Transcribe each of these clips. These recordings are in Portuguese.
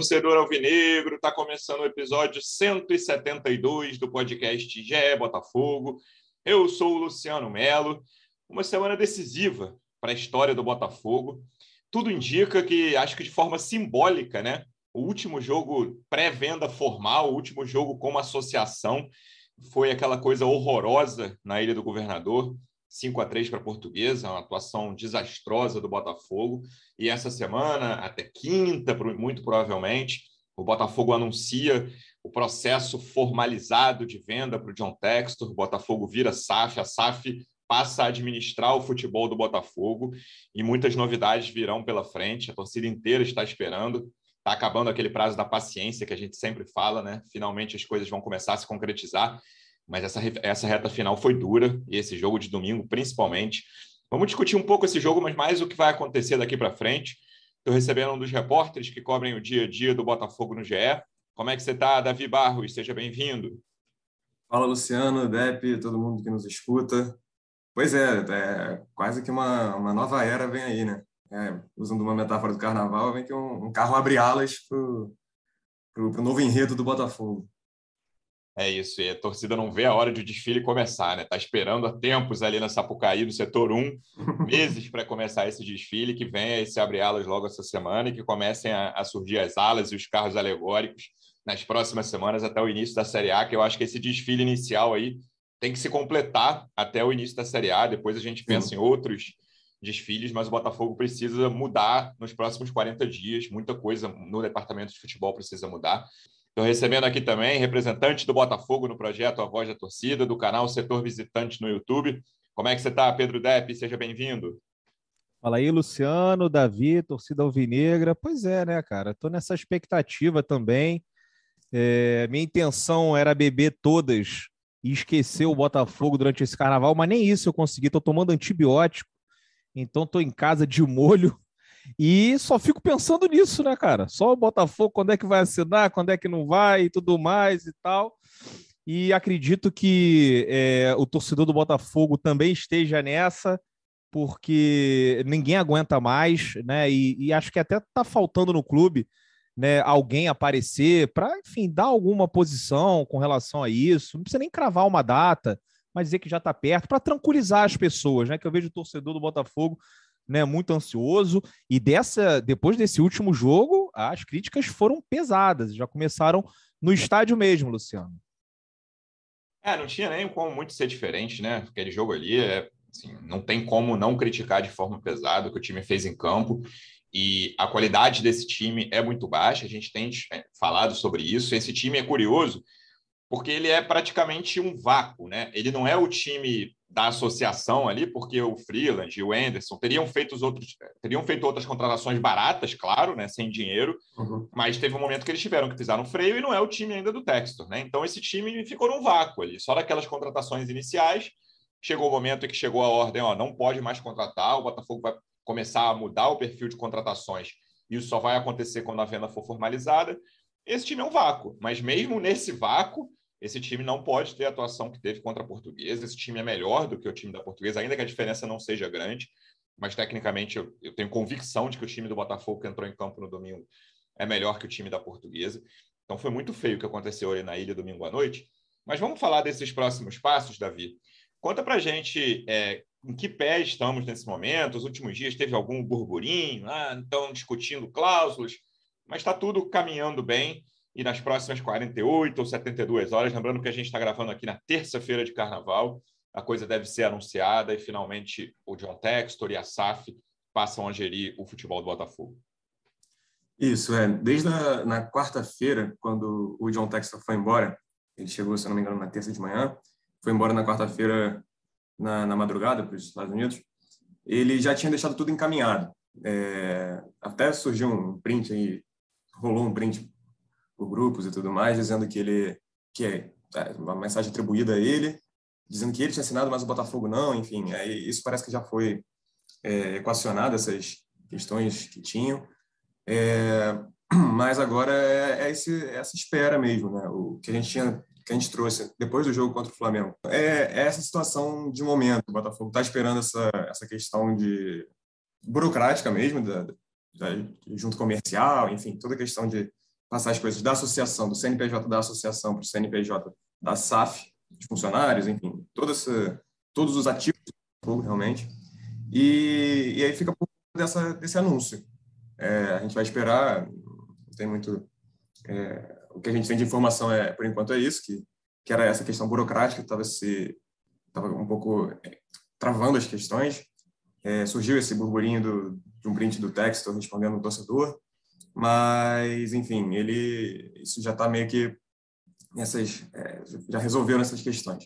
torcedor alvinegro, está começando o episódio 172 do podcast GE Botafogo. Eu sou o Luciano Melo. Uma semana decisiva para a história do Botafogo. Tudo indica que, acho que de forma simbólica, né? O último jogo pré-venda formal, o último jogo como associação, foi aquela coisa horrorosa na Ilha do Governador. 5-3 para a Portuguesa, uma atuação desastrosa do Botafogo. E essa semana, até quinta, muito provavelmente, o Botafogo anuncia o processo formalizado de venda para o John Textor. O Botafogo vira SAF, a SAF passa a administrar o futebol do Botafogo e muitas novidades virão pela frente. A torcida inteira está esperando. Está acabando aquele prazo da paciência que a gente sempre fala, né? Finalmente as coisas vão começar a se concretizar. Mas essa reta final foi dura, e esse jogo de domingo, principalmente. Vamos discutir um pouco esse jogo, mas mais o que vai acontecer daqui para frente. Estou recebendo um dos repórteres que cobrem o dia a dia do Botafogo no GE. Como é que você está, Davi Barros? Seja bem-vindo. Fala, Luciano, Depp, todo mundo que nos escuta. Pois é quase que uma nova era vem aí, né? Usando uma metáfora do carnaval, vem que um carro abre alas para o novo enredo do Botafogo. É isso, e a torcida não vê a hora de o desfile começar, né? Está esperando há tempos ali na Sapucaí, no setor 1, meses para começar esse desfile, que venha esse abre-alas logo essa semana e que comecem a surgir as alas e os carros alegóricos nas próximas semanas até o início da Série A, que eu acho que esse desfile inicial aí tem que se completar até o início da Série A, depois a gente pensa em outros desfiles, mas o Botafogo precisa mudar nos próximos 40 dias, muita coisa no departamento de futebol precisa mudar. Estou recebendo aqui também representante do Botafogo no projeto A Voz da Torcida, do canal Setor Visitante no YouTube. Como é que você está, Pedro Depp? Seja bem-vindo. Fala aí, Luciano, Davi, torcida alvinegra. Pois é, né, cara? Estou nessa expectativa também. Minha intenção era beber todas e esquecer o Botafogo durante esse carnaval, mas nem isso eu consegui. Estou tomando antibiótico, então estou em casa de molho. E só fico pensando nisso, né, cara? Só o Botafogo, quando é que vai assinar, quando é que não vai e tudo mais e tal. E acredito que o torcedor do Botafogo também esteja nessa, porque ninguém aguenta mais, né? E acho que até tá faltando no clube, né, alguém aparecer para, enfim, dar alguma posição com relação a isso. Não precisa nem cravar uma data, mas dizer que já está perto, para tranquilizar as pessoas, né? Que eu vejo o torcedor do Botafogo, né, muito ansioso, e depois desse último jogo, as críticas foram pesadas, já começaram no estádio mesmo, Luciano. Não tinha nem como muito ser diferente, né? Aquele jogo ali, assim, não tem como não criticar de forma pesada o que o time fez em campo, e a qualidade desse time é muito baixa, a gente tem falado sobre isso. Esse time é curioso, porque ele é praticamente um vácuo, né? Ele não é o time da associação ali, porque o Freeland e o Anderson teriam feito outras contratações baratas, claro, né? Sem dinheiro, mas teve um momento que eles tiveram que pisar no freio e não é o time ainda do Textor, né? Então esse time ficou num vácuo ali, só daquelas contratações iniciais. Chegou o momento em que chegou a ordem, não pode mais contratar, o Botafogo vai começar a mudar o perfil de contratações, e isso só vai acontecer quando a venda for formalizada. Esse time é um vácuo, mas mesmo nesse vácuo, esse time não pode ter a atuação que teve contra a Portuguesa. Esse time é melhor do que o time da Portuguesa, ainda que a diferença não seja grande, mas tecnicamente eu tenho convicção de que o time do Botafogo que entrou em campo no domingo é melhor que o time da Portuguesa. Então foi muito feio o que aconteceu ali na Ilha domingo à noite. Mas vamos falar desses próximos passos, Davi. Conta pra gente em que pé estamos nesse momento. Os últimos dias teve algum burburinho, estão discutindo cláusulas, mas está tudo caminhando bem. E nas próximas 48 ou 72 horas, lembrando que a gente está gravando aqui na terça-feira de carnaval, a coisa deve ser anunciada e finalmente o John Textor e a SAF passam a gerir o futebol do Botafogo. Isso, desde na quarta-feira, quando o John Textor foi embora, ele chegou, se não me engano, na terça de manhã, foi embora na quarta-feira na madrugada para os Estados Unidos, ele já tinha deixado tudo encaminhado. Até surgiu um print aí, rolou um print por grupos e tudo mais, dizendo que uma mensagem atribuída a ele, dizendo que ele tinha assinado, mas o Botafogo não, enfim, isso parece que já foi equacionado, essas questões que tinham, mas agora essa espera mesmo, né? O que a gente trouxe depois do jogo contra o Flamengo. Essa situação de momento, o Botafogo está esperando essa questão de burocrática mesmo, junto comercial, enfim, toda a questão de passar as coisas da associação, do CNPJ da associação para o CNPJ da SAF, de funcionários, enfim, todos os ativos do Botafogo, realmente. E aí fica por conta desse anúncio. A gente vai esperar, não tem muito... o que a gente tem de informação, por enquanto, é isso, que era essa questão burocrática, estava um pouco travando as questões. Surgiu esse burburinho de um print do Textor respondendo o torcedor, mas, enfim, isso já está meio que já resolveram essas questões.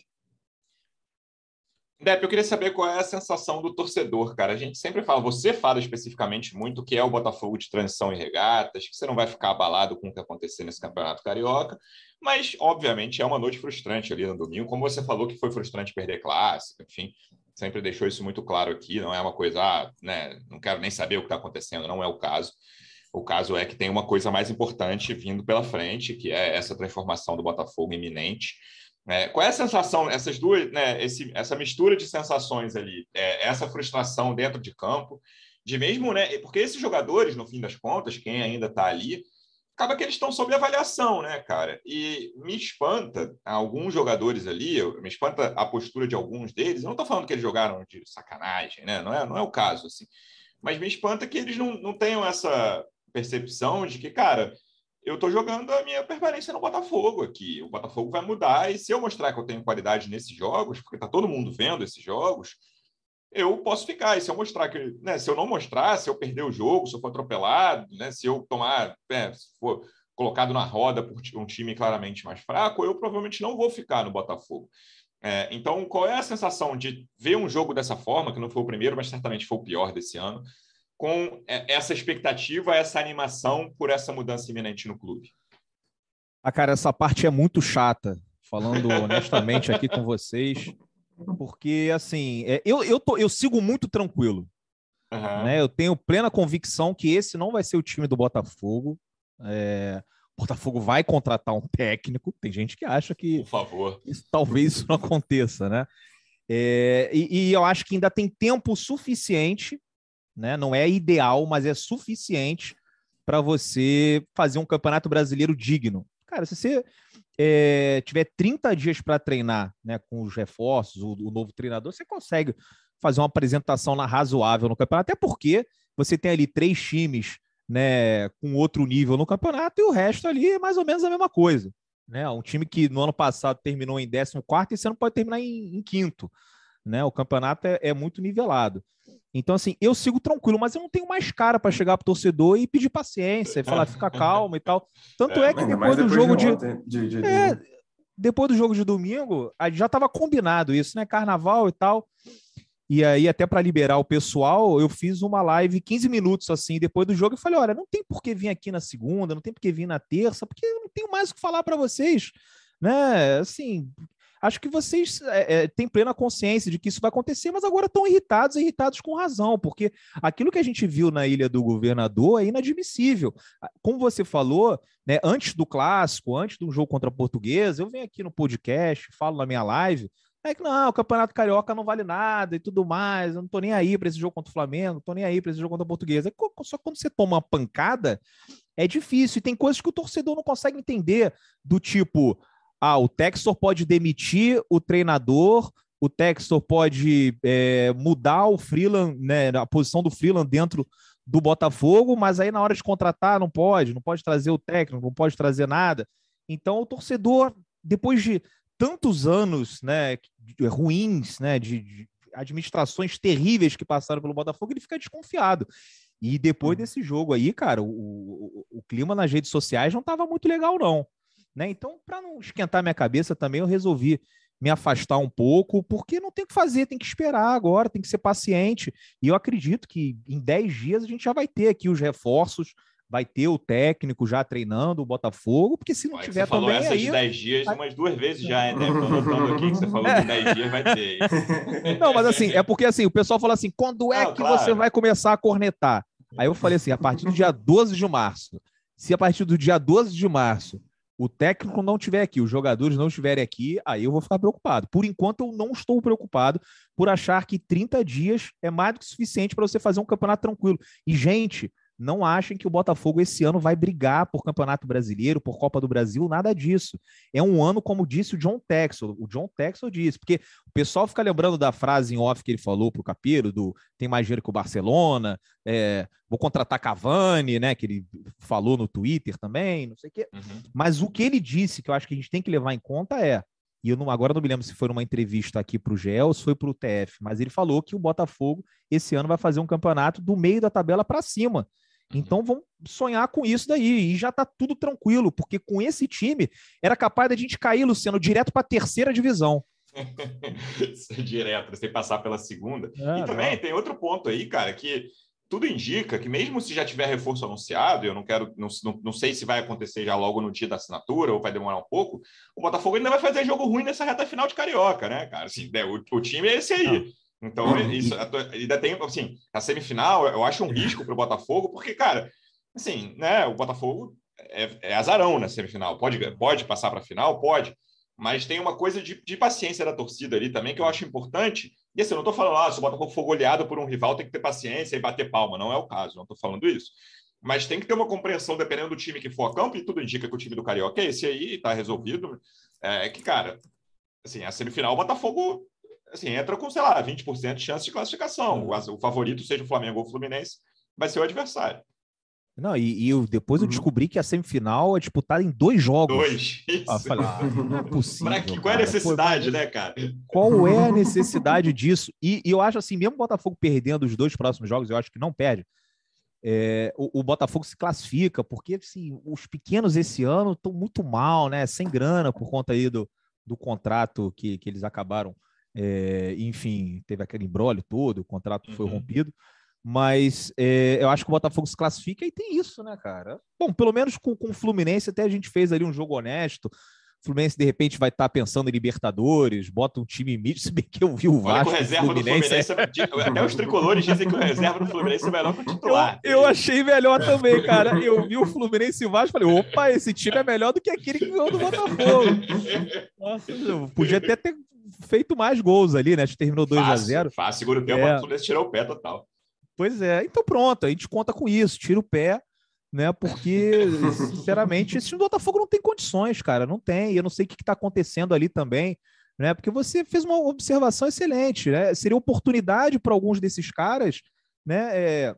Depp, eu queria saber qual é a sensação do torcedor, cara. A gente sempre fala, você fala especificamente muito que é o Botafogo de transição e regatas, que você não vai ficar abalado com o que acontecer nesse Campeonato Carioca, mas, obviamente, é uma noite frustrante ali no domingo, como você falou que foi frustrante perder clássico, enfim, sempre deixou isso muito claro aqui, não é uma coisa, né, não quero nem saber o que está acontecendo, não é o caso. O caso é que tem uma coisa mais importante vindo pela frente, que é essa transformação do Botafogo iminente. Qual é a sensação, essas duas, né, essa mistura de sensações ali, essa frustração dentro de campo, de mesmo, né, porque esses jogadores, no fim das contas, quem ainda está ali, acaba que eles estão sob avaliação, né, cara? E me espanta alguns jogadores ali, me espanta a postura de alguns deles. Eu não estou falando que eles jogaram de sacanagem, né? Não é o caso, assim. Mas me espanta que eles não tenham essa percepção de que, cara, eu estou jogando a minha permanência no Botafogo aqui. O Botafogo vai mudar e se eu mostrar que eu tenho qualidade nesses jogos, porque está todo mundo vendo esses jogos, eu posso ficar. E se eu mostrar que, né, se eu não mostrar, se eu perder o jogo, se eu for atropelado, né, se eu se for colocado na roda por um time claramente mais fraco, eu provavelmente não vou ficar no Botafogo. Então, qual é a sensação de ver um jogo dessa forma, que não foi o primeiro, mas certamente foi o pior desse ano, com essa expectativa, essa animação por essa mudança iminente no clube? Cara, essa parte é muito chata, falando honestamente aqui com vocês, porque, assim, eu sigo muito tranquilo, né? Eu tenho plena convicção que esse não vai ser o time do Botafogo. O Botafogo vai contratar um técnico, tem gente que acha que por favor, talvez isso não aconteça, né? E eu acho que ainda tem tempo suficiente, né? Não é ideal, mas é suficiente para você fazer um campeonato brasileiro digno. Cara, se você tiver 30 dias para treinar, né, com os reforços, o novo treinador, você consegue fazer uma apresentação razoável no campeonato, até porque você tem ali 3 times, né, com outro nível no campeonato e o resto ali é mais ou menos a mesma coisa. Né? Um time que no ano passado terminou em 14º, esse ano pode terminar em 5º. Né? O campeonato é muito nivelado. Então, assim, eu sigo tranquilo, mas eu não tenho mais cara para chegar pro torcedor e pedir paciência, e falar, fica calmo e tal. Tanto é que depois do jogo depois do jogo de domingo, já estava combinado isso, né? Carnaval e tal. E aí, até para liberar o pessoal, eu fiz uma live 15 minutos, assim, depois do jogo, e falei, olha, não tem por que vir aqui na segunda, não tem por que vir na terça, porque eu não tenho mais o que falar para vocês, né? Assim, acho que vocês têm plena consciência de que isso vai acontecer, mas agora estão irritados com razão, porque aquilo que a gente viu na Ilha do Governador é inadmissível. Como você falou, né, antes do clássico, antes do jogo contra a Portuguesa, eu venho aqui no podcast, falo na minha live, que não, o Campeonato Carioca não vale nada e tudo mais, eu não tô nem aí para esse jogo contra o Flamengo, não tô nem aí para esse jogo contra a Portuguesa. Só quando você toma uma pancada, é difícil, e tem coisas que o torcedor não consegue entender, do tipo... o Textor pode demitir o treinador, o Textor pode mudar o Freeland, né, a posição do Freeland dentro do Botafogo, mas aí na hora de contratar não pode trazer o técnico, não pode trazer nada. Então o torcedor, depois de tantos anos, né, ruins, né, de administrações terríveis que passaram pelo Botafogo, ele fica desconfiado. E depois desse jogo aí, cara, o clima nas redes sociais não estava muito legal, não. Né? Então, para não esquentar minha cabeça também, eu resolvi me afastar um pouco, porque não tem o que fazer, tem que esperar agora, tem que ser paciente. E eu acredito que em 10 dias a gente já vai ter aqui os reforços, vai ter o técnico já treinando o Botafogo, porque se não tiver você falou também... essas aí... 10 dias umas 2 vezes já, né? Estou notando aqui que você falou que em 10 dias vai ter. Não, mas assim, é porque assim, o pessoal fala assim, quando é que você vai começar a cornetar? Aí eu falei assim, a partir do dia 12 de março. Se a partir do dia 12 de março o técnico não estiver aqui, os jogadores não estiverem aqui, aí eu vou ficar preocupado. Por enquanto, eu não estou preocupado por achar que 30 dias é mais do que suficiente para você fazer um campeonato tranquilo. E, gente, não achem que o Botafogo esse ano vai brigar por Campeonato Brasileiro, por Copa do Brasil, nada disso. É um ano, como disse o John Texel. O John Texel disse, porque o pessoal fica lembrando da frase em off que ele falou para o Capelo, do tem mais dinheiro que o Barcelona, vou contratar Cavani, né, que ele falou no Twitter também, não sei o quê. Mas o que ele disse, que eu acho que a gente tem que levar em conta e agora não me lembro se foi numa entrevista aqui para o GE ou se foi para o TF, mas ele falou que o Botafogo esse ano vai fazer um campeonato do meio da tabela para cima. Então vamos sonhar com isso daí, e já tá tudo tranquilo, porque com esse time era capaz da gente cair, Luciano, direto para a terceira divisão. Direto, sem passar pela segunda. E também tem outro ponto aí, cara, que tudo indica que mesmo se já tiver reforço anunciado, eu não sei se vai acontecer já logo no dia da assinatura ou vai demorar um pouco, o Botafogo ainda vai fazer jogo ruim nessa reta final de Carioca, né, cara? Assim, o time é esse aí. Então, isso ainda tem, assim, a semifinal, eu acho um risco para o Botafogo, porque, cara, assim, né, o Botafogo é azarão na semifinal. Pode passar para a final? Pode. Mas tem uma coisa de paciência da torcida ali também, que eu acho importante. E assim, eu não estou falando, se o Botafogo for goleado por um rival, tem que ter paciência e bater palma. Não é o caso, não estou falando isso. Mas tem que ter uma compreensão, dependendo do time que for a campo, e tudo indica que o time do Carioca é esse aí, está resolvido. Que, cara, assim, a semifinal, o Botafogo, assim, entra com, sei lá, 20% de chance de classificação. O favorito, seja o Flamengo ou o Fluminense, vai ser o adversário. Não, depois eu descobri que a semifinal é disputada em 2 jogos. 2, isso. Eu falei, não é possível. Qual é a necessidade, né, cara? Qual é a necessidade disso? E eu acho assim, mesmo o Botafogo perdendo os 2 próximos jogos, eu acho que não perde, o Botafogo se classifica, porque assim, os pequenos esse ano estão muito mal, né? Sem grana por conta aí do contrato que eles acabaram. Enfim, teve aquele imbróglio todo, o contrato foi rompido. Mas eu acho que o Botafogo se classifica e tem isso, né, cara? Bom, pelo menos com o Fluminense até a gente fez ali um jogo honesto. O Fluminense, de repente, vai estar pensando em Libertadores, bota um time mídio, se bem que eu vi o Vasco. O reserva do Fluminense, até os tricolores dizem que o reserva do Fluminense é melhor que o titular. Eu achei melhor também, cara. Eu vi o Fluminense e o Vasco e falei, opa, esse time é melhor do que aquele que ganhou do Botafogo. Nossa, podia até ter feito mais gols ali, né? Acho que terminou 2-0. Fácil, segura o tempo, o Fluminense tirou o pé total. Pois é, então pronto, a gente conta com isso, tira o pé, né? Porque, sinceramente, esse time do Botafogo não tem condições, cara, não tem. Eu não sei o que está acontecendo ali também, né? Porque você fez uma observação excelente, né? Seria oportunidade para alguns desses caras, né?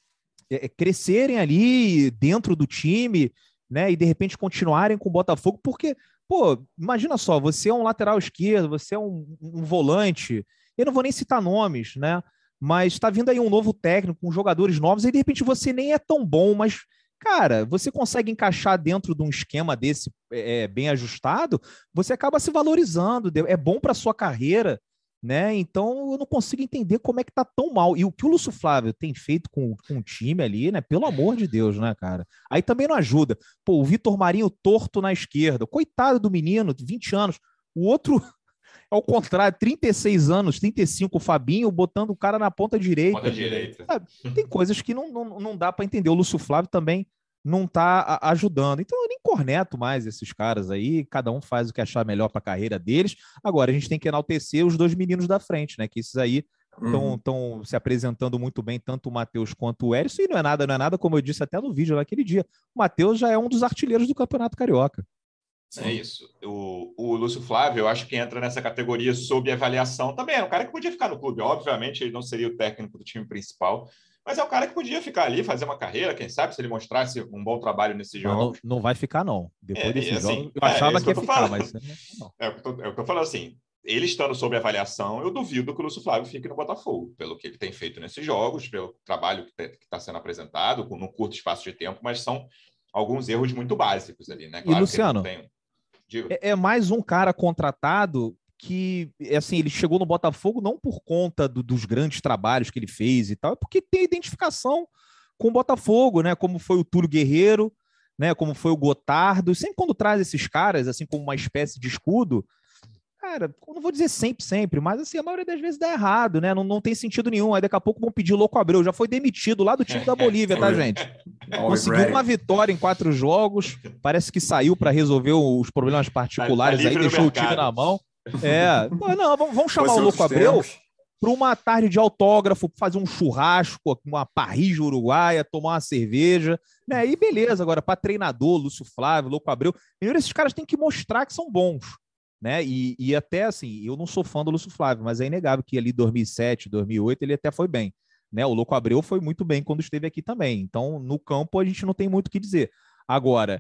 Crescerem ali dentro do time, né? E de repente continuarem com o Botafogo, porque, pô, imagina só, você é um lateral esquerdo, você é um volante, eu não vou nem citar nomes, né? Mas está vindo aí um novo técnico, com jogadores novos, e de repente você nem é tão bom, mas, cara, você consegue encaixar dentro de um esquema desse bem ajustado, você acaba se valorizando, é bom para a sua carreira, né? Então eu não consigo entender como é que tá tão mal. E o que o Lúcio Flávio tem feito com o time ali, né? Pelo amor de Deus, né, cara? Aí também não ajuda. Pô, o Vitor Marinho torto na esquerda, coitado do menino, 20 anos, o outro... Ao contrário, 36 anos, 35, o Fabinho botando o cara na ponta direita. Ponta direita. Sabe? Tem coisas que não dá para entender. O Lúcio Flávio também não está ajudando. Então eu nem corneto mais esses caras aí. Cada um faz o que achar melhor para a carreira deles. Agora a gente tem que enaltecer os 2 meninos da frente, né? Que esses aí estão se apresentando muito bem, tanto o Matheus quanto o Erisson. E não é nada, como eu disse até no vídeo naquele dia. O Matheus já é um dos artilheiros do Campeonato Carioca. É isso. O Lúcio Flávio, eu acho que entra nessa categoria sob avaliação também. É um cara que podia ficar no clube. Obviamente, ele não seria o técnico do time principal, mas é um cara que podia ficar ali, fazer uma carreira, quem sabe, se ele mostrasse um bom trabalho nesses jogos. Não vai ficar, não. Depois desse assim, jogo, eu achava que ia ficar, falando. Mas não. É o que eu estou falando assim. Ele estando sob avaliação, eu duvido que o Lúcio Flávio fique no Botafogo, pelo que ele tem feito nesses jogos, pelo trabalho que está sendo apresentado, num curto espaço de tempo, mas são alguns erros muito básicos ali, né? Claro, e, Luciano, é mais um cara contratado que, assim, ele chegou no Botafogo não por conta dos grandes trabalhos que ele fez e tal, é porque tem identificação com o Botafogo, né? Como foi o Túlio Guerreiro, né? Como foi o Gotardo. Sempre quando traz esses caras, assim, como uma espécie de escudo, cara, eu não vou dizer sempre, mas assim, a maioria das vezes dá errado, né? Não tem sentido nenhum. Aí daqui a pouco vão pedir o Louco Abreu. Já foi demitido lá do time da Bolívia, tá, gente? Conseguiu uma vitória em 4 jogos. Parece que saiu para resolver os problemas particulares aí, deixou o time na mão. Não, vamos chamar o Louco Abreu. para uma tarde de autógrafo, fazer um churrasco, uma parrilla uruguaia, tomar uma cerveja, né? E beleza, agora para treinador, Lúcio Flávio, Louco Abreu, primeiro esses caras têm que mostrar que são bons, né? E até assim, eu não sou fã do Lúcio Flávio, mas é inegável que ali 2007, 2008 ele até foi bem, né? O Louco Abreu foi muito bem quando esteve aqui também. Então, no campo a gente não tem muito o que dizer. Agora,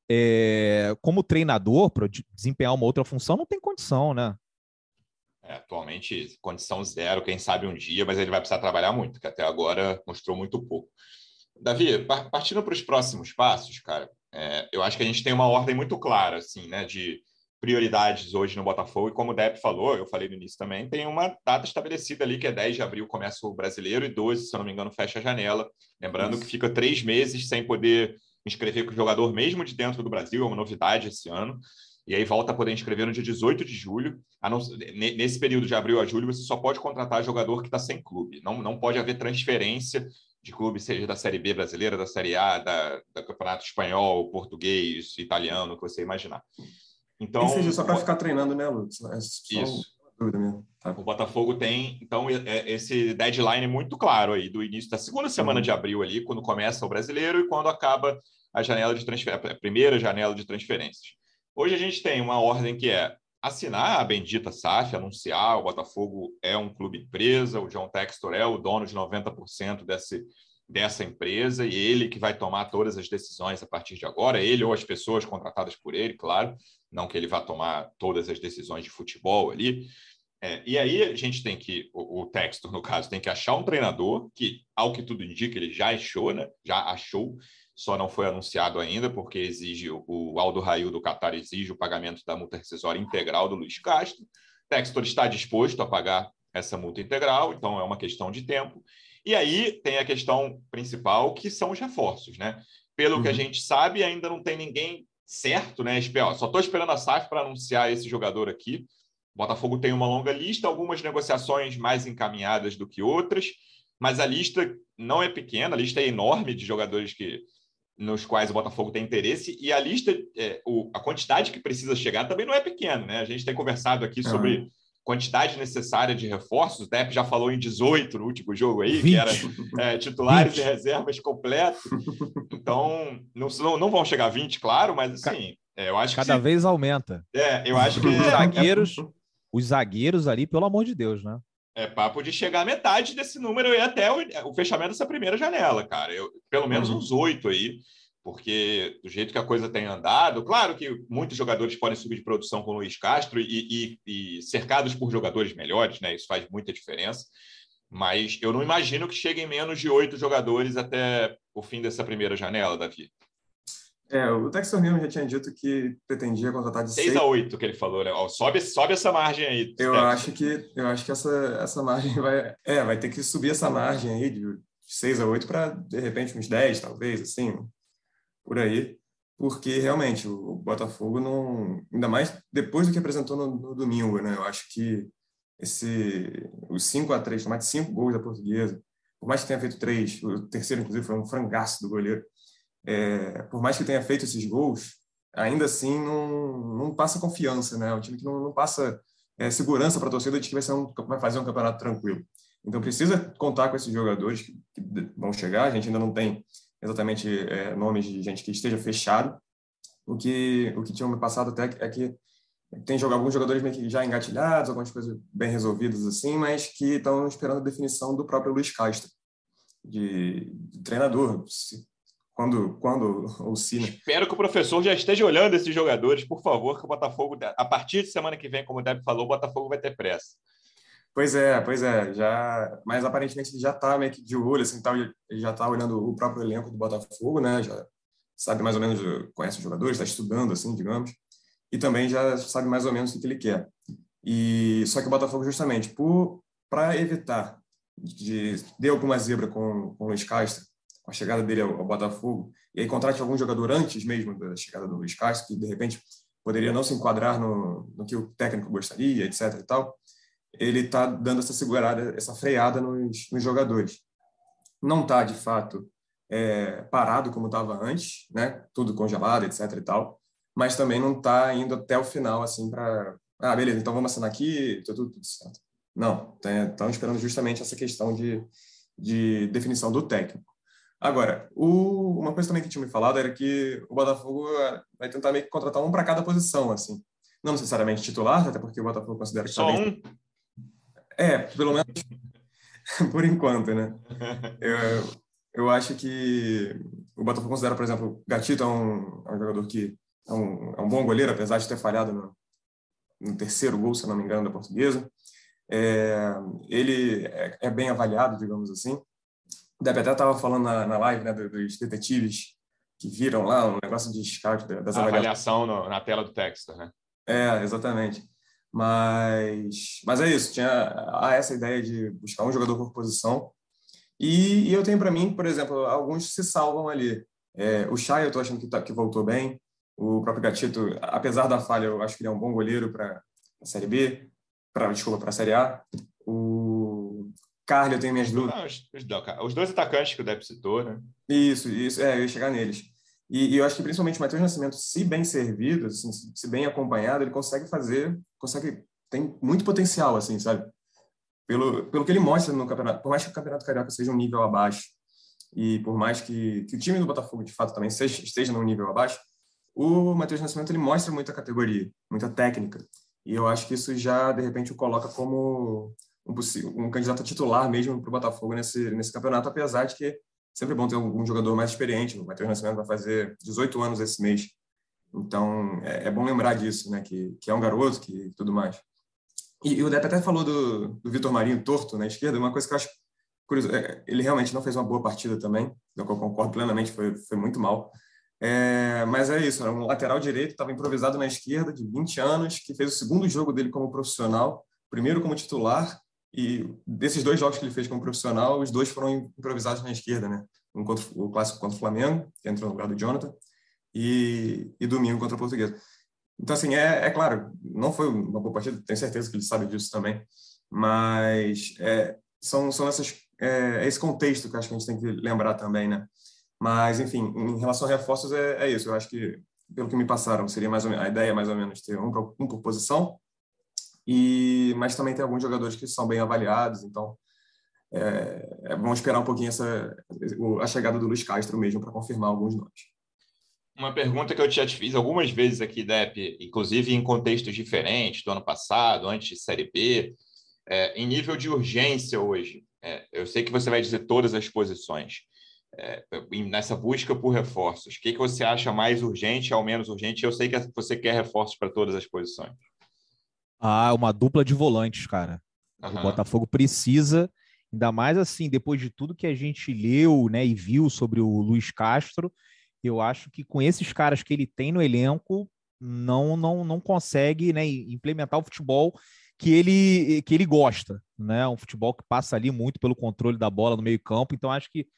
como treinador, para desempenhar uma outra função, não tem condição, né? Atualmente, condição zero, quem sabe um dia, mas ele vai precisar trabalhar muito, que até agora mostrou muito pouco. Davi, partindo para os próximos passos, cara, eu acho que a gente tem uma ordem muito clara, assim, né, de prioridades hoje no Botafogo, e como o Depp falou, eu falei no início também, tem uma data estabelecida ali, que é 10 de abril começa o Brasileiro e 12, se eu não me engano, fecha a janela. Lembrando que fica 3 meses sem poder inscrever com o jogador mesmo de dentro do Brasil, é uma novidade esse ano. E aí volta a poder inscrever no dia 18 de julho. Nesse período de abril a julho, você só pode contratar jogador que está sem clube. Não pode haver transferência de clube, seja da Série B brasileira, da Série A, do Campeonato Espanhol, português, italiano, o que você imaginar. Então, nem seja só para ficar treinando, né, Lutz? Isso. Dúvida mesmo. Tá. O Botafogo tem, então, esse deadline muito claro aí, do início da segunda semana de abril ali, quando começa o Brasileiro e quando acaba a janela de transferência, a primeira janela de transferências. Hoje a gente tem uma ordem que é assinar a bendita SAF, anunciar o Botafogo é um clube empresa, o John Textor é o dono de 90% dessa empresa e ele que vai tomar todas as decisões a partir de agora, ele ou as pessoas contratadas por ele, claro, não que ele vá tomar todas as decisões de futebol ali. E aí a gente tem que, o Textor, no caso, tem que achar um treinador que, ao que tudo indica, ele já achou, né? Já achou, só não foi anunciado ainda, porque exige o Aldo Rail do Qatar exige o pagamento da multa rescisória integral do Luiz Castro. O Textor está disposto a pagar essa multa integral, então é uma questão de tempo. E aí tem a questão principal, que são os reforços, né? Pelo que a gente sabe, ainda não tem ninguém certo, né? Só estou esperando a SAF para anunciar esse jogador aqui. O Botafogo tem uma longa lista, algumas negociações mais encaminhadas do que outras, mas a lista não é pequena, a lista é enorme de jogadores nos quais o Botafogo tem interesse, e a lista, a quantidade que precisa chegar também não é pequena, né? A gente tem conversado aqui sobre quantidade necessária de reforços, o Depp já falou em 18 no último jogo aí, 20. que era titulares 20. E reservas completos, então não vão chegar a 20, claro, mas assim, eu acho cada vez aumenta. Eu acho que os zagueiros ali, pelo amor de Deus, né? É papo de chegar à metade desse número e até o fechamento dessa primeira janela, cara. Pelo menos uns 8 aí, porque do jeito que a coisa tem andado, claro que muitos jogadores podem subir de produção com o Luiz Castro e cercados por jogadores melhores, né? Isso faz muita diferença. Mas eu não imagino que cheguem menos de 8 jogadores até o fim dessa primeira janela, Davi. O Textor mesmo já tinha dito que pretendia contratar de 6 a 8 que ele falou, né? Sobe essa margem aí. Eu acho que essa margem vai ter que subir essa margem aí de 6 a 8 para, de repente, uns 10, talvez, assim, por aí. Porque, realmente, o Botafogo não... Ainda mais depois do que apresentou no domingo, né? Eu acho que os 5 a 3, tomar de 5 gols da Portuguesa, por mais que tenha feito 3, o terceiro, inclusive, foi um frangaço do goleiro. Por mais que tenha feito esses gols, ainda assim não passa confiança, né? É um time que não passa segurança para a torcida de que vai fazer um campeonato tranquilo. Então precisa contar com esses jogadores que vão chegar. A gente ainda não tem exatamente nomes de gente que esteja fechado. O que tinha me passado até é que tem alguns jogadores meio que já engatilhados, algumas coisas bem resolvidas assim, mas que estão esperando a definição do próprio Luiz Castro, de treinador. Quando ou se... Espero que o professor já esteja olhando esses jogadores, por favor, que o Botafogo, a partir de semana que vem, como o Depp falou, o Botafogo vai ter pressa. Pois é, mas aparentemente ele já está meio que de olho, assim, ele já está olhando o próprio elenco do Botafogo, né? Já sabe mais ou menos, conhece os jogadores, está estudando, assim, digamos, e também já sabe mais ou menos o que ele quer. Só que o Botafogo, justamente, para evitar de ter alguma zebra com o Luiz Castro, com a chegada dele ao Botafogo, e aí contrate algum jogador antes mesmo da chegada do Luiz Castro, que de repente poderia não se enquadrar no que o técnico gostaria, etc. e tal, ele está dando essa segurada, essa freada nos jogadores. Não está, de fato, parado como estava antes, né? Tudo congelado, etc. e tal, mas também não está indo até o final, assim, para... beleza, então vamos assinar aqui, tudo certo. Não, estão esperando justamente essa questão de definição do técnico. Agora, uma coisa também que tinha me falado era que o Botafogo vai tentar meio que contratar um para cada posição, assim. Não necessariamente titular, até porque o Botafogo considera que está Só bem. um? Pelo menos por enquanto, né? Eu acho que o Botafogo considera, por exemplo, o Gatito é um jogador que é um bom goleiro, apesar de ter falhado no terceiro gol, se não me engano, da Portuguesa. Ele é bem avaliado, digamos assim. O Depp até estava falando na live, né, dos detetives que viram lá um negócio de scout das A avaliações. avaliação na tela do Textor, né? Exatamente. Mas é isso, há essa ideia de buscar um jogador por posição. E eu tenho para mim, por exemplo, alguns se salvam ali. O Chay, eu estou achando que voltou bem. O próprio Gatito, apesar da falha, eu acho que ele é um bom goleiro para a Série B, para a Série A. O Carly, eu tenho minhas dúvidas. Os dois atacantes que o Depp citou, né? Isso, eu ia chegar neles. E eu acho que principalmente o Matheus Nascimento, se bem servido, assim, se bem acompanhado, ele tem muito potencial, assim, sabe? Pelo que ele mostra no campeonato, por mais que o Campeonato Carioca seja um nível abaixo e por mais que o time do Botafogo, de fato, também esteja num nível abaixo, o Matheus Nascimento ele mostra muita categoria, muita técnica. E eu acho que isso já, de repente, o coloca como um candidato a titular mesmo para o Botafogo nesse campeonato, apesar de que sempre é bom ter um jogador mais experiente. O Matheus Nascimento vai fazer 18 anos esse mês. Então, é bom lembrar disso, né? Que é um garoto, que tudo mais. E o Depp até falou do Vitor Marinho torto na esquerda, uma coisa que eu acho curioso. Ele realmente não fez uma boa partida também, do qual eu concordo plenamente, foi muito mal. Mas é isso, era um lateral direito, estava improvisado na esquerda, de 20 anos, que fez o segundo jogo dele como profissional, primeiro como titular, e desses 2 jogos que ele fez como profissional, os 2 foram improvisados na esquerda, né? Um contra o clássico contra o Flamengo, que entrou no lugar do Jonathan, e domingo contra o Portuguesa. Então, assim, claro, não foi uma boa partida, tenho certeza que ele sabe disso também, mas são esse contexto que eu acho que a gente tem que lembrar também, né? Mas, enfim, em relação a reforços, é isso. Eu acho que, pelo que me passaram, seria mais ou menos, a ideia é mais ou menos ter um por posição, mas também tem alguns jogadores que são bem avaliados, então vamos esperar um pouquinho a chegada do Luiz Castro mesmo para confirmar alguns nomes. Uma pergunta que eu já te fiz algumas vezes aqui, Depp, inclusive em contextos diferentes, do ano passado, antes de Série B, em nível de urgência hoje. Eu sei que você vai dizer todas as posições. Nessa busca por reforços, o que você acha mais urgente ou menos urgente? Eu sei que você quer reforços para todas as posições. Uma dupla de volantes, cara. O Botafogo precisa, ainda mais assim, depois de tudo que a gente leu, né, e viu sobre o Luiz Castro, eu acho que com esses caras que ele tem no elenco, não consegue, né, implementar o futebol que ele gosta, né? Um futebol que passa ali muito pelo controle da bola no meio-campo. Então, acho que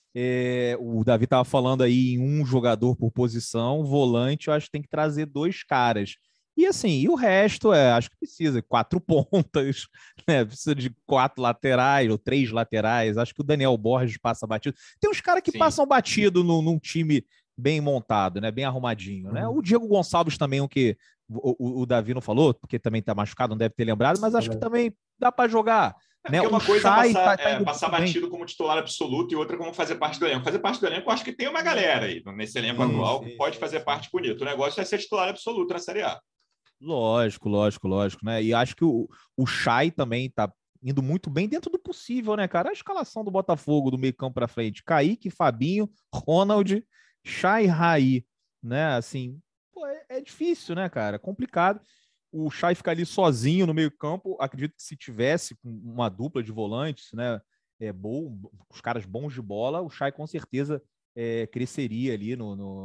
o Davi estava falando aí em um jogador por posição, volante, eu acho que tem que trazer 2 caras. E assim, e o resto, acho que precisa 4 pontas, né? Precisa de 4 laterais ou 3 laterais. Acho que o Daniel Borges passa batido. Tem uns caras que passam batido num time bem montado, né? Bem arrumadinho, né? O Diego Gonçalves também, o Davi não falou, porque também está machucado, não deve ter lembrado, mas acho que também dá para jogar. Né? Porque uma coisa é passar bem. batido como titular absoluto e outra como fazer parte do elenco. Fazer parte do elenco, eu acho que tem uma galera aí nesse elenco atual que pode fazer parte bonito. O negócio é ser titular absoluto na Série A. Lógico, né? E acho que o Chay também tá indo muito bem dentro do possível, né, cara? A escalação do Botafogo do meio campo para frente: Kaique, Fabinho, Ronald, Chay, Raí, né? Assim, é difícil, né, cara? Complicado. O Chay ficar ali sozinho no meio campo, acredito que se tivesse uma dupla de volantes, né, os caras bons de bola, o Chay com certeza cresceria ali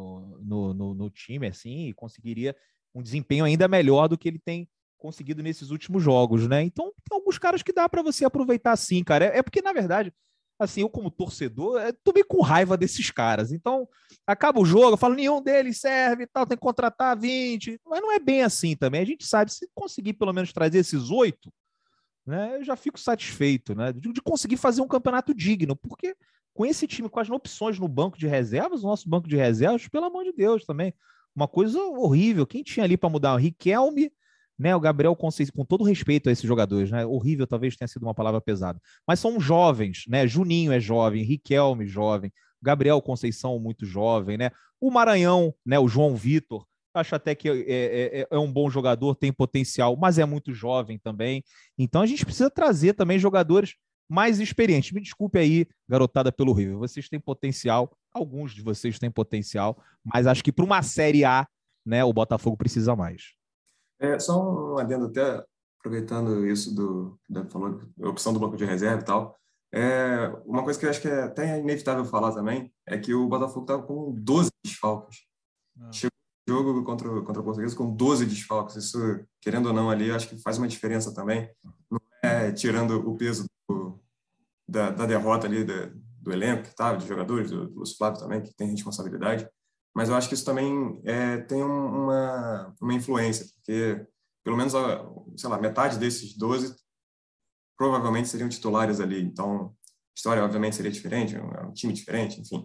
no time, assim, e conseguiria um desempenho ainda melhor do que ele tem conseguido nesses últimos jogos, né? Então, tem alguns caras que dá para você aproveitar sim, cara. Porque, na verdade, assim, eu como torcedor, tô meio com raiva desses caras. Então, acaba o jogo, eu falo, nenhum deles serve e tal, tem que contratar 20. Mas não é bem assim também. A gente sabe, se conseguir pelo menos trazer esses 8, né, eu já fico satisfeito, né? De conseguir fazer um campeonato digno, porque com esse time, com as opções no banco de reservas, o nosso banco de reservas, pelo amor de Deus também, uma coisa horrível. Quem tinha ali para mudar? O Riquelme, né? O Gabriel Conceição, com todo respeito a esses jogadores, né? Horrível talvez tenha sido uma palavra pesada, mas são jovens, né? Juninho é jovem, Riquelme jovem, Gabriel Conceição muito jovem, né? O Maranhão, né? O João Vitor, acho até que é um bom jogador, tem potencial, mas é muito jovem também. Então a gente precisa trazer também jogadores mais experientes. Me desculpe aí, garotada pelo River, vocês têm potencial, alguns de vocês têm potencial, mas acho que para uma Série A, né, o Botafogo precisa mais. Só um adendo até, aproveitando isso falou, a opção do banco de reserva e tal. Uma coisa que eu acho que é até inevitável falar também é que o Botafogo estava com 12 desfalques. Chegou o jogo contra o Português com 12 desfalques. Isso, querendo ou não, ali, eu acho que faz uma diferença também. Não é tirando o peso da derrota ali do elenco, que tá, de jogadores, do Lúcio Flávio também, que tem responsabilidade. Mas eu acho que isso também tem uma influência, porque pelo menos, sei lá, metade desses 12 provavelmente seriam titulares ali. Então, a história, obviamente, seria diferente, é um time diferente, enfim.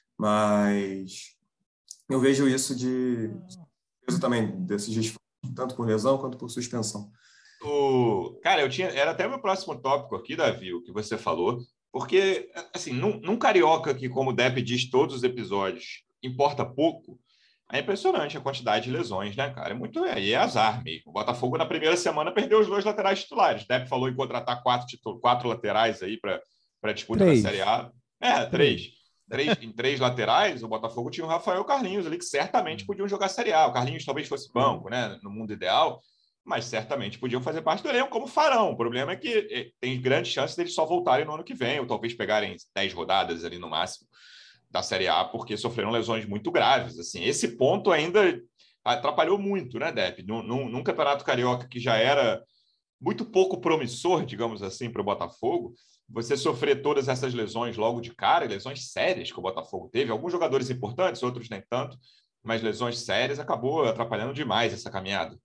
Mas eu vejo isso peso também desses desfalques, tanto por lesão quanto por suspensão. Cara, era até o meu próximo tópico aqui, Davi, o que você falou, porque, assim, num Carioca que, como o Depp diz todos os episódios, importa pouco, é impressionante a quantidade de lesões, né, cara? É azar mesmo. O Botafogo, na primeira semana, perdeu os 2 laterais titulares. O Depp falou em contratar 4 laterais aí para a disputa da Série A. 3. Em 3 laterais, o Botafogo tinha o Rafael e o Carlinhos ali, que certamente podiam jogar Série A. O Carlinhos talvez fosse banco, né, no mundo ideal, mas certamente podiam fazer parte do elenco, como farão. O problema é que tem grandes chances deles só voltarem no ano que vem, ou talvez pegarem 10 rodadas ali no máximo da Série A, porque sofreram lesões muito graves. Assim, esse ponto ainda atrapalhou muito, né, Depp? Num campeonato carioca que já era muito pouco promissor, digamos assim, para o Botafogo, você sofrer todas essas lesões logo de cara, lesões sérias que o Botafogo teve, alguns jogadores importantes, outros nem tanto, mas lesões sérias, acabou atrapalhando demais essa caminhada.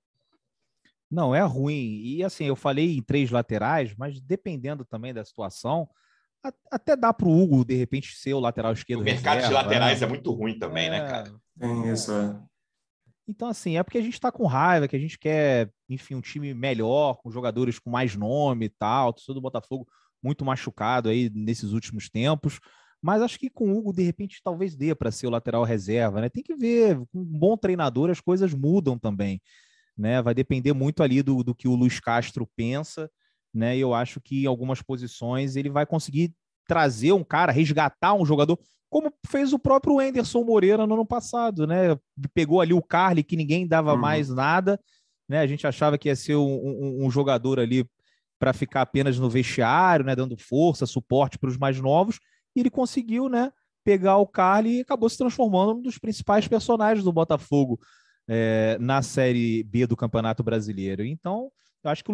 Não, é ruim. E assim, eu falei em 3 laterais, mas dependendo também da situação, até dá para o Hugo, de repente, ser o lateral esquerdo. O mercado reserva, de laterais né? é muito ruim também, né, cara? Tem isso, Então, assim, é porque a gente está com raiva, que a gente quer, enfim, um time melhor, com jogadores com mais nome e tal. Todo do Botafogo muito machucado aí nesses últimos tempos. Mas acho que com o Hugo, de repente, talvez dê para ser o lateral reserva, né? Tem que ver, com um bom treinador as coisas mudam também, né? Vai depender muito ali do que o Luiz Castro pensa, né? E eu acho que em algumas posições ele vai conseguir trazer um cara, resgatar um jogador, como fez o próprio Anderson Moreira no ano passado, né? Pegou ali o Carly, que ninguém dava mais nada, né? A gente achava que ia ser um jogador ali para ficar apenas no vestiário, né? Dando força, suporte para os mais novos, e ele conseguiu, né? Pegar o Carly e acabou se transformando num dos principais personagens do Botafogo na Série B do Campeonato Brasileiro. Então, eu acho que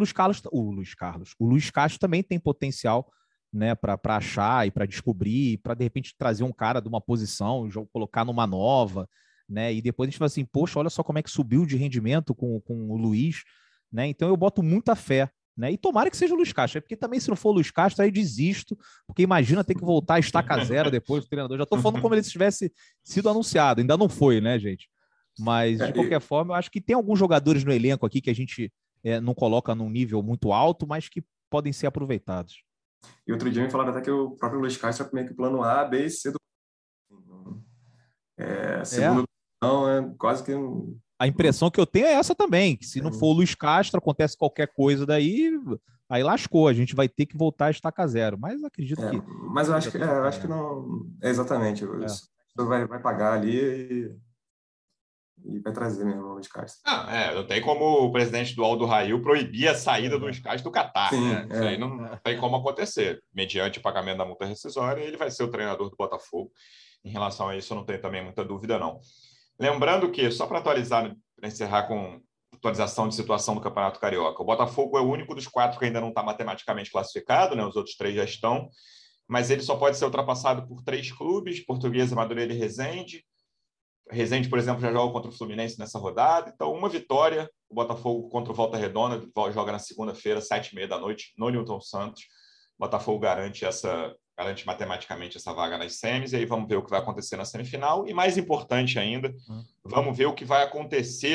o Luiz Castro também tem potencial, né, para achar e para descobrir, para de repente trazer um cara de uma posição, colocar numa nova, né? E depois a gente fala assim, poxa, olha só como é que subiu de rendimento com o Luiz, né? Então eu boto muita fé, né? E tomara que seja o Luiz Castro, porque também se não for o Luiz Castro, aí desisto, porque imagina ter que voltar a estaca zero depois do treinador. Já estou falando como ele tivesse sido anunciado, ainda não foi, né, gente? Mas, de qualquer forma, eu acho que tem alguns jogadores no elenco aqui que a gente não coloca num nível muito alto, mas que podem ser aproveitados. E outro dia me falaram até que o próprio Luiz Castro é meio que plano A, B e C do... segundo não, é quase que... A impressão que eu tenho é essa também, que se não for o Luiz Castro, acontece qualquer coisa daí, aí lascou, a gente vai ter que voltar a estaca zero. Mas acredito que... Mas eu acho que não... exatamente, isso vai pagar ali e vai trazer mesmo o Luiz Castro. Não tem como o presidente do Aldo Rail proibir a saída do Luiz Castro do Catar, né? Isso aí não tem como acontecer. Mediante o pagamento da multa rescisória, ele vai ser o treinador do Botafogo. Em relação a isso, eu não tenho também muita dúvida, não. Lembrando que, só para atualizar, para encerrar com atualização de situação do Campeonato Carioca, o Botafogo é o único dos 4 que ainda não está matematicamente classificado, né? Os outros 3 já estão, mas ele só pode ser ultrapassado por 3 clubes, Portuguesa, Madureira e Resende. Resende, por exemplo, já joga contra o Fluminense nessa rodada. Então, uma vitória, o Botafogo contra o Volta Redonda, joga na segunda-feira, 7h30 da noite, no Newton Santos. O Botafogo garante matematicamente essa vaga nas semis, e aí vamos ver o que vai acontecer na semifinal. E mais importante ainda, vamos ver o que vai acontecer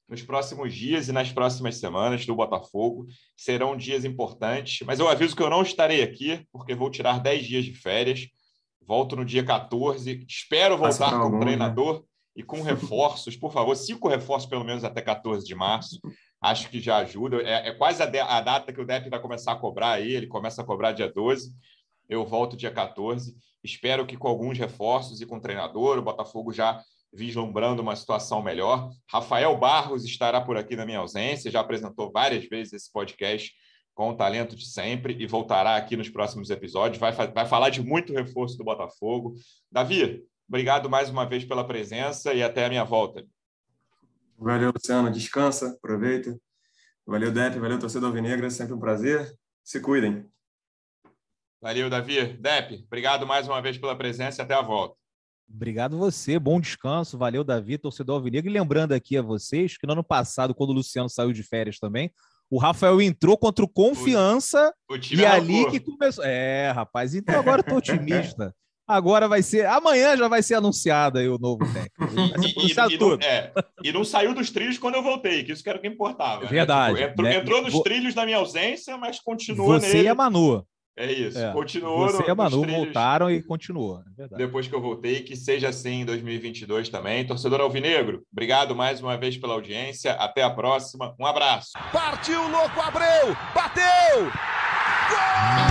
nos próximos dias e nas próximas semanas do Botafogo. Serão dias importantes, mas eu aviso que eu não estarei aqui, porque vou tirar 10 dias de férias. Volto no dia 14. Espero voltar com o treinador e com reforços. Por favor, 5 reforços pelo menos até 14 de março. Acho que já ajuda. É quase a data que o Depp vai começar a cobrar aí. Ele começa a cobrar dia 12. Eu volto dia 14. Espero que com alguns reforços e com o treinador, o Botafogo já vislumbrando uma situação melhor. Rafael Barros estará por aqui na minha ausência. Já apresentou várias vezes esse podcast com o talento de sempre e voltará aqui nos próximos episódios. Vai falar de muito reforço do Botafogo. Davi, obrigado mais uma vez pela presença e até a minha volta. Valeu, Luciano. Descansa, aproveita. Valeu, Depp. Valeu, torcida alvinegra. Sempre um prazer. Se cuidem. Valeu, Davi. Depp, obrigado mais uma vez pela presença e até a volta. Obrigado você. Bom descanso. Valeu, Davi, torcedor alvinegro. E lembrando aqui a vocês que no ano passado, quando o Luciano saiu de férias também, o Rafael entrou contra o Confiança o time e arrancou. Ali que começou. Rapaz, então agora eu tô otimista. Agora vai ser... Amanhã já vai ser anunciado aí o novo técnico. E não saiu dos trilhos quando eu voltei, que isso que era o que importava. Verdade. Né? Tipo, entrou nos trilhos na minha ausência, mas continua nele. Você e a Manu. É isso. Continuou. Você e a Manu voltaram e continuou. É verdade. Depois que eu voltei, que seja assim em 2022 também. Torcedor alvinegro, obrigado mais uma vez pela audiência. Até a próxima. Um abraço. Partiu, louco, Abreu! Bateu! Gol!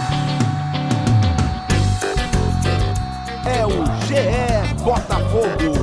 É o GE Botafogo.